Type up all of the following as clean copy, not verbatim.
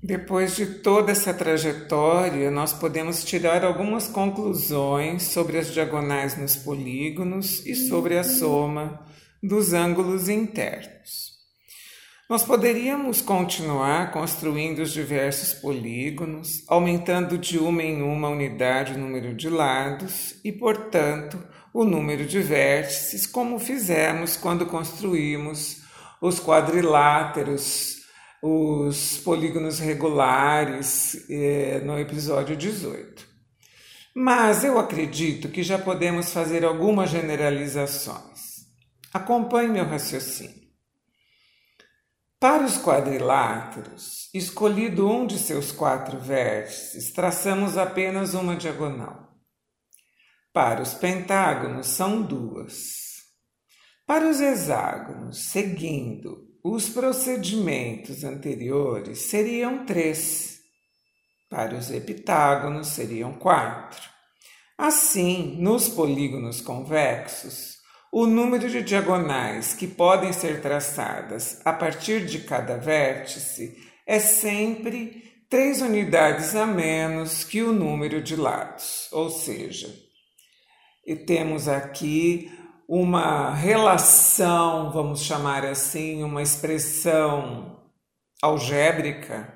Depois de toda essa trajetória, nós podemos tirar algumas conclusões sobre as diagonais nos polígonos e sobre a soma dos ângulos internos. Nós poderíamos continuar construindo os diversos polígonos, aumentando de uma em uma unidade o número de lados e, portanto, o número de vértices, como fizemos quando construímos os quadriláteros, os polígonos regulares no episódio 18. Mas eu acredito que já podemos fazer algumas generalizações. Acompanhe meu raciocínio. Para os quadriláteros, escolhido um de seus 4 vértices, traçamos apenas uma diagonal. Para os pentágonos, são 2. Para os hexágonos, seguindo os procedimentos anteriores, seriam 3. Para os heptágonos, seriam 4. Assim, nos polígonos convexos, o número de diagonais que podem ser traçadas a partir de cada vértice é sempre 3 unidades a menos que o número de lados, ou seja, temos aqui uma relação, vamos chamar assim, uma expressão algébrica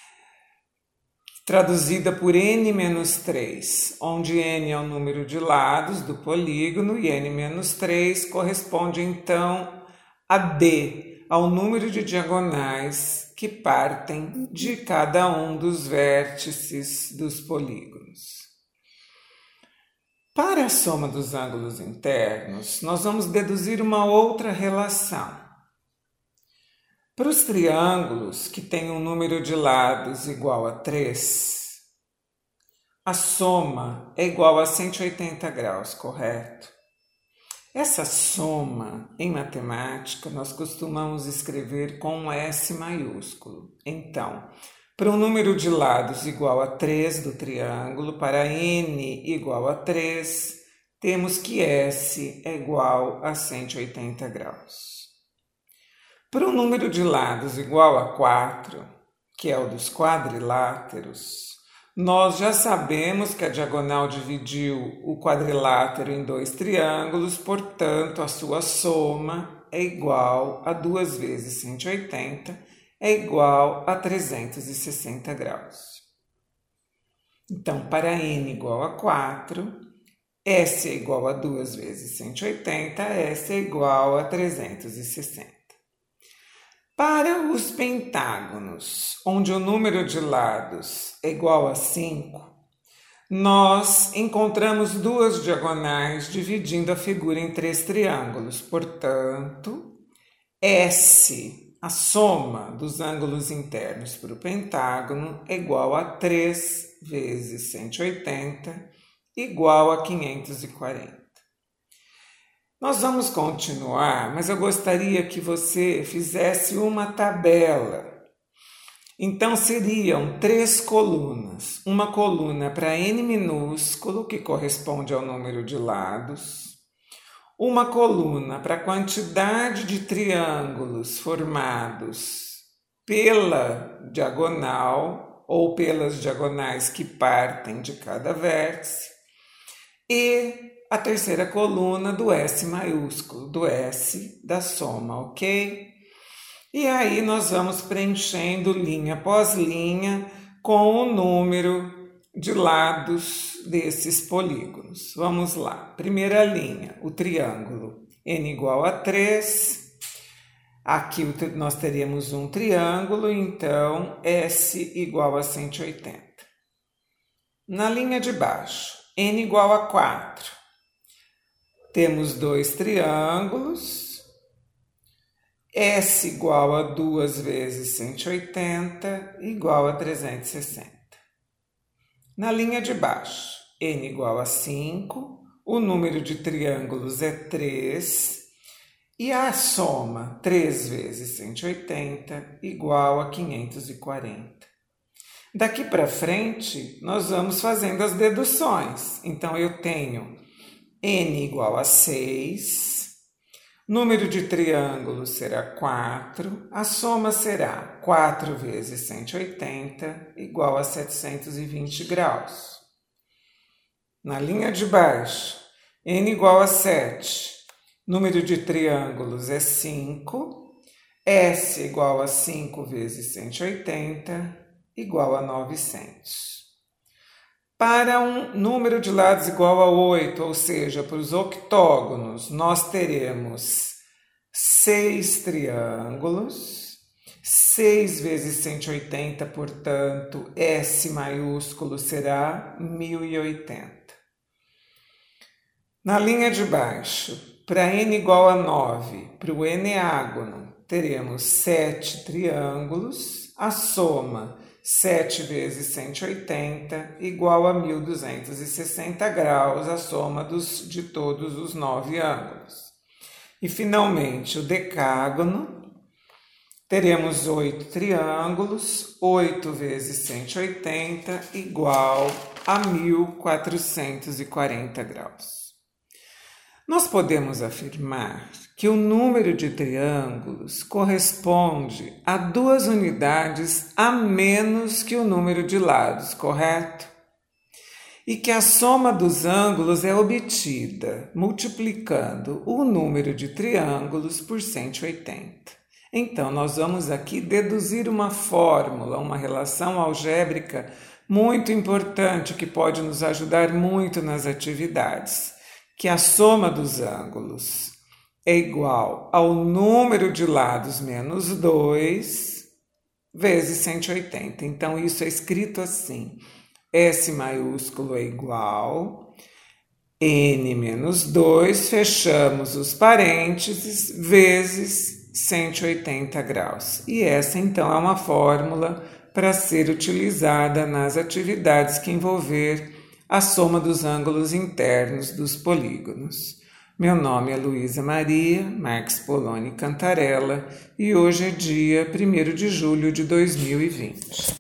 traduzida por n-3, onde n é o número de lados do polígono e n-3 corresponde então a d, ao número de diagonais que partem de cada um dos vértices dos polígonos. Para a soma dos ângulos internos, nós vamos deduzir uma outra relação. Para os triângulos que têm um número de lados igual a 3, a soma é igual a 180 graus, correto? Essa soma, em matemática, nós costumamos escrever com um S maiúsculo. Então, para um número de lados igual a 3 do triângulo, para n igual a 3, temos que S é igual a 180 graus. Para um número de lados igual a 4, que é o dos quadriláteros, nós já sabemos que a diagonal dividiu o quadrilátero em 2 triângulos, portanto, a sua soma é igual a 2 vezes 180, é igual a 360 graus. Então, para n igual a 4, S é igual a 2 vezes 180, S é igual a 360. Para os pentágonos, onde o número de lados é igual a 5, nós encontramos 2 diagonais dividindo a figura em 3 triângulos. Portanto, S, a soma dos ângulos internos para o pentágono, é igual a 3 vezes 180, igual a 540. Nós vamos continuar, mas eu gostaria que você fizesse uma tabela. Então, seriam 3 colunas. Uma coluna para n minúsculo, que corresponde ao número de lados. Uma coluna para a quantidade de triângulos formados pela diagonal ou pelas diagonais que partem de cada vértice. E a terceira coluna do S maiúsculo, do S da soma, ok? E aí nós vamos preenchendo linha após linha com o número de lados desses polígonos. Vamos lá. Primeira linha, o triângulo n igual a 3. Aqui nós teríamos um triângulo, então S igual a 180. Na linha de baixo, n igual a 4. Temos 2 triângulos, S igual a 2 vezes 180, igual a 360. Na linha de baixo, n igual a 5, o número de triângulos é 3, e a soma 3 vezes 180, igual a 540. Daqui para frente, nós vamos fazendo as deduções. Então, eu tenho n igual a 6, Número de triângulos será 4, a soma será 4 vezes 180, igual a 720 graus. Na linha de baixo, n igual a 7, número de triângulos é 5, S igual a 5 vezes 180, igual a 900. Para um número de lados igual a 8, ou seja, para os octógonos, nós teremos 6 triângulos, 6 vezes 180, portanto, S maiúsculo será 1080. Na linha de baixo, para n igual a 9, para o eneágono, teremos 7 triângulos, a soma 7 vezes 180 igual a 1260 graus, a soma de todos os 9 ângulos. E finalmente o decágono, teremos 8 triângulos, 8 vezes 180 igual a 1440 graus. Nós podemos afirmar que o número de triângulos corresponde a 2 unidades a menos que o número de lados, correto? E que a soma dos ângulos é obtida multiplicando o número de triângulos por 180. Então, nós vamos aqui deduzir uma fórmula, uma relação algébrica muito importante que pode nos ajudar muito nas atividades, que a soma dos ângulos é igual ao número de lados menos 2 vezes 180. Então, isso é escrito assim: S maiúsculo é igual N menos 2, fechamos os parênteses, vezes 180 graus. E essa, então, é uma fórmula para ser utilizada nas atividades que envolver a soma dos ângulos internos dos polígonos. Meu nome é Luísa Maria Marques Poloni Cantarella e hoje é dia 1º de julho de 2020.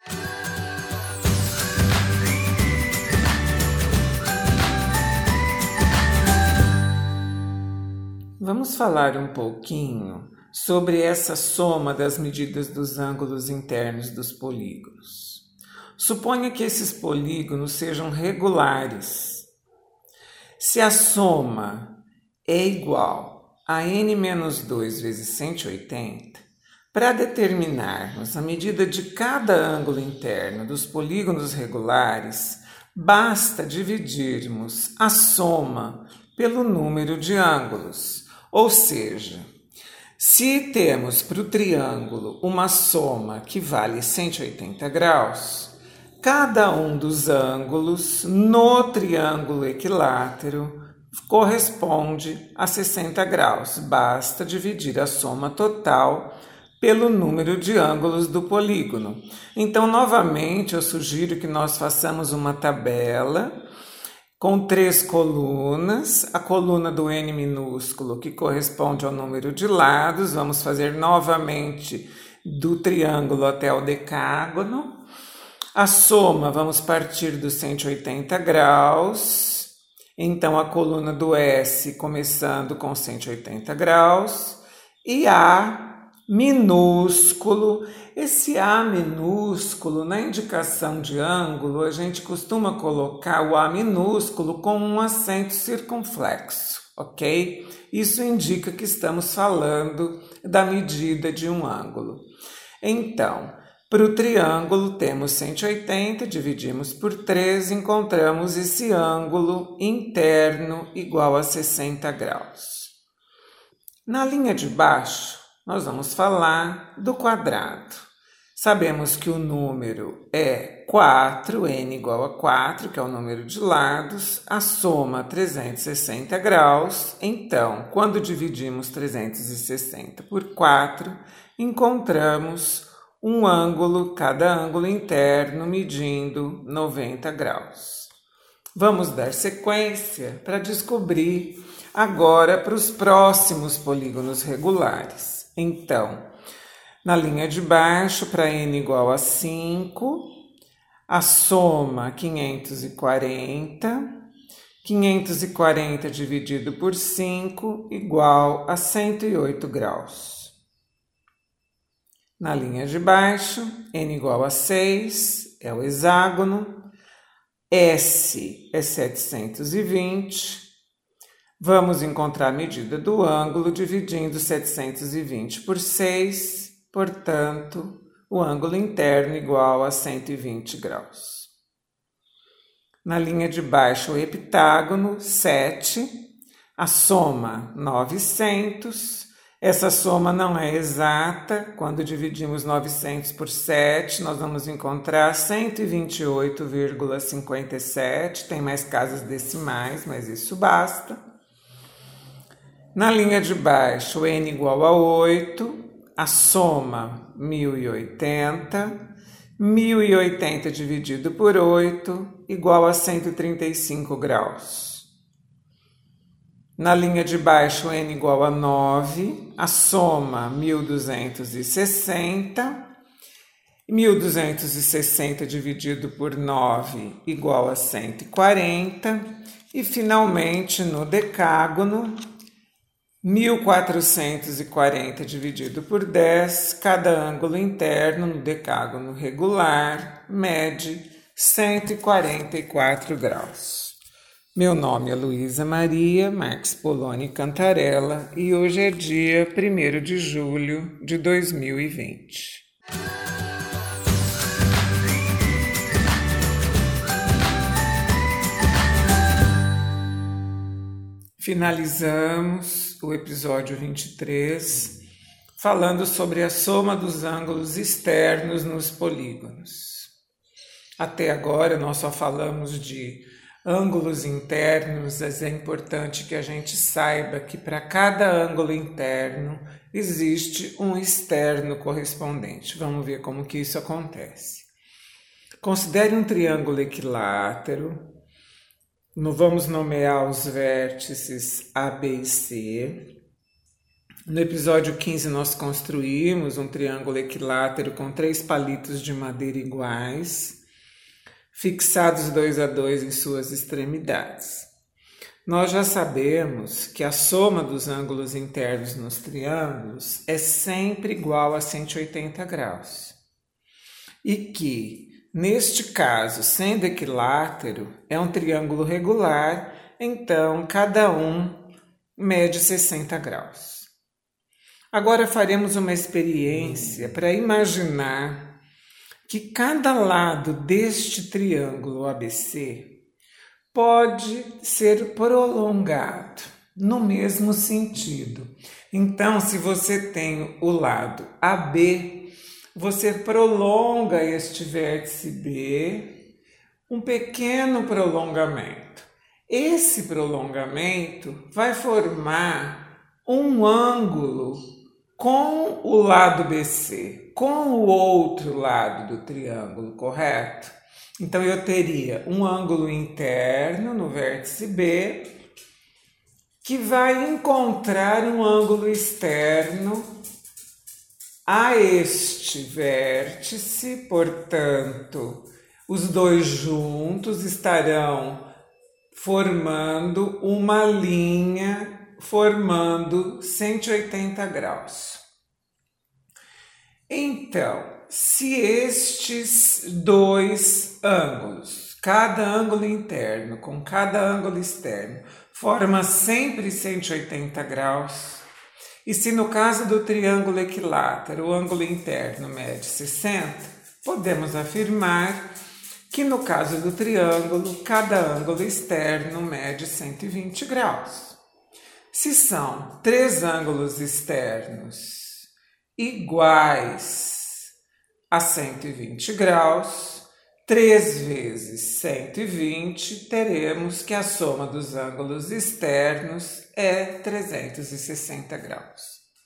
Vamos falar um pouquinho sobre essa soma das medidas dos ângulos internos dos polígonos. Suponha que esses polígonos sejam regulares. Se a soma é igual a n menos 2 vezes 180, para determinarmos a medida de cada ângulo interno dos polígonos regulares, basta dividirmos a soma pelo número de ângulos. Ou seja, se temos para o triângulo uma soma que vale 180 graus, cada um dos ângulos no triângulo equilátero corresponde a 60 graus. Basta dividir a soma total pelo número de ângulos do polígono. Então, novamente, eu sugiro que nós façamos uma tabela com 3 colunas. A coluna do n minúsculo, que corresponde ao número de lados. Vamos fazer novamente do triângulo até o decágono. A soma, vamos partir dos 180 graus, então a coluna do S começando com 180 graus, e A minúsculo. Esse A minúsculo, na indicação de ângulo, a gente costuma colocar o A minúsculo com um acento circunflexo, ok? Isso indica que estamos falando da medida de um ângulo. Então, para o triângulo temos 180, dividimos por 3, encontramos esse ângulo interno igual a 60 graus. Na linha de baixo, nós vamos falar do quadrado. Sabemos que o número é 4, n igual a 4, que é o número de lados, a soma 360 graus. Então, quando dividimos 360 por 4, encontramos um ângulo, cada ângulo interno medindo 90 graus. Vamos dar sequência para descobrir agora para os próximos polígonos regulares. Então, na linha de baixo, para n igual a 5, a soma 540, 540 dividido por 5 igual a 108 graus. Na linha de baixo, n igual a 6, é o hexágono, S é 720. Vamos encontrar a medida do ângulo dividindo 720 por 6, portanto, o ângulo interno igual a 120 graus. Na linha de baixo, o heptágono, 7, a soma 900. Essa soma não é exata. Quando dividimos 900 por 7, nós vamos encontrar 128,57. Tem mais casas decimais, mas isso basta. Na linha de baixo, n igual a 8, a soma 1080. 1080 dividido por 8 igual a 135 graus. Na linha de baixo, n igual a 9, a soma 1260. 1260 dividido por 9 igual a 140. E, finalmente, no decágono, 1440 dividido por 10, cada ângulo interno no decágono regular mede 144 graus. Meu nome é Luísa Maria Marques Poloni Cantarella e hoje é dia 1º de julho de 2020. Finalizamos o episódio 23 falando sobre a soma dos ângulos externos nos polígonos. Até agora nós só falamos de ângulos internos, mas é importante que a gente saiba que para cada ângulo interno existe um externo correspondente. Vamos ver como que isso acontece. Considere um triângulo equilátero. Vamos nomear os vértices A, B e C. No episódio 15 nós construímos um triângulo equilátero com 3 palitos de madeira iguais, fixados 2 a 2 em suas extremidades. Nós já sabemos que a soma dos ângulos internos nos triângulos é sempre igual a 180 graus. E que neste caso, sendo equilátero, é um triângulo regular, então cada um mede 60 graus. Agora faremos uma experiência para imaginar que cada lado deste triângulo ABC pode ser prolongado no mesmo sentido. Então, se você tem o lado AB, você prolonga este vértice B, um pequeno prolongamento. Esse prolongamento vai formar um ângulo com o lado BC, com o outro lado do triângulo, correto? Então, eu teria um ângulo interno no vértice B, que vai encontrar um ângulo externo a este vértice, portanto, os dois juntos estarão formando uma linha, formando 180 graus. Então, se estes dois ângulos, cada ângulo interno com cada ângulo externo, forma sempre 180 graus, e se no caso do triângulo equilátero o ângulo interno mede 60, podemos afirmar que no caso do triângulo, cada ângulo externo mede 120 graus. Se são 3 ângulos externos iguais a 120 graus, 3 vezes 120, teremos que a soma dos ângulos externos é 360 graus.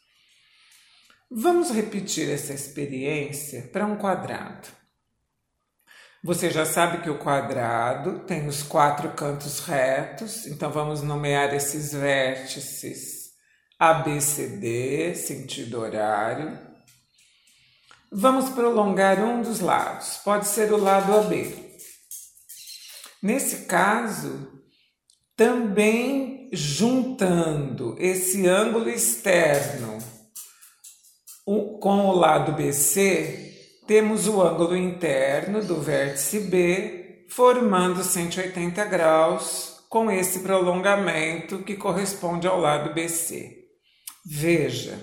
Vamos repetir essa experiência para um quadrado. Você já sabe que o quadrado tem os 4 cantos retos, então vamos nomear esses vértices ABCD, sentido horário. Vamos prolongar um dos lados, pode ser o lado AB. Nesse caso, Também juntando esse ângulo externo com o lado BC, temos o ângulo interno do vértice B, formando 180 graus com esse prolongamento que corresponde ao lado BC. Veja,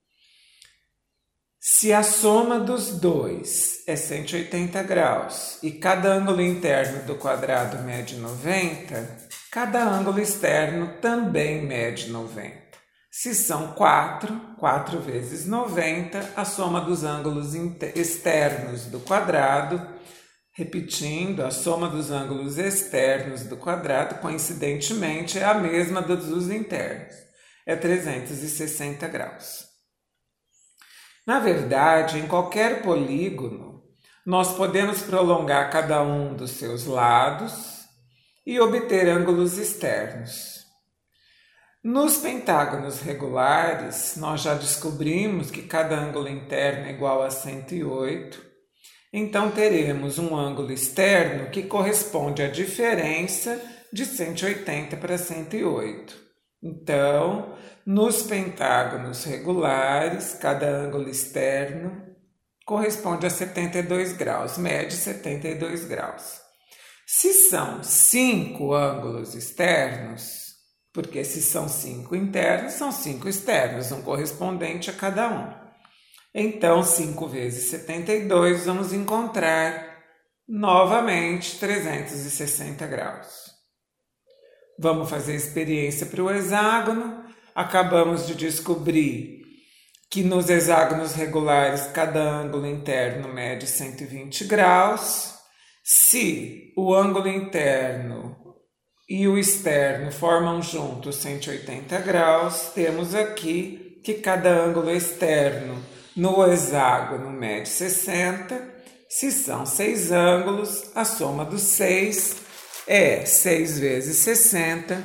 se a soma dos dois é 180 graus e cada ângulo interno do quadrado mede 90, cada ângulo externo também mede 90. Se são 4 vezes 90, a soma dos ângulos externos do quadrado, repetindo, a soma dos ângulos externos do quadrado, coincidentemente, é a mesma dos internos, é 360 graus. Na verdade, em qualquer polígono, nós podemos prolongar cada um dos seus lados e obter ângulos externos. Nos pentágonos regulares, nós já descobrimos que cada ângulo interno é igual a 108, então teremos um ângulo externo que corresponde à diferença de 180 para 108. Então, nos pentágonos regulares, cada ângulo externo corresponde a 72 graus, mede 72 graus. Se são 5 ângulos externos, porque se são 5 internos, são 5 externos, um correspondente a cada um. Então, 5 vezes 72, vamos encontrar novamente 360 graus. Vamos fazer experiência para o hexágono. Acabamos de descobrir que nos hexágonos regulares, cada ângulo interno mede 120 graus. Se o ângulo interno e o externo formam juntos 180 graus, temos aqui que cada ângulo externo no hexágono mede 60. Se são 6 ângulos, a soma dos 6 é 6 vezes 60,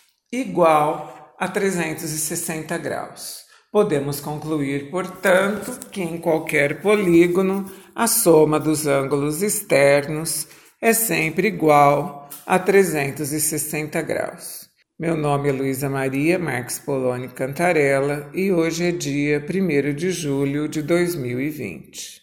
igual a 360 graus. Podemos concluir, portanto, que em qualquer polígono, a soma dos ângulos externos é sempre igual a 360 graus. Meu nome é Luísa Maria Marques Poloni Cantarella e hoje é dia 1º de julho de 2020.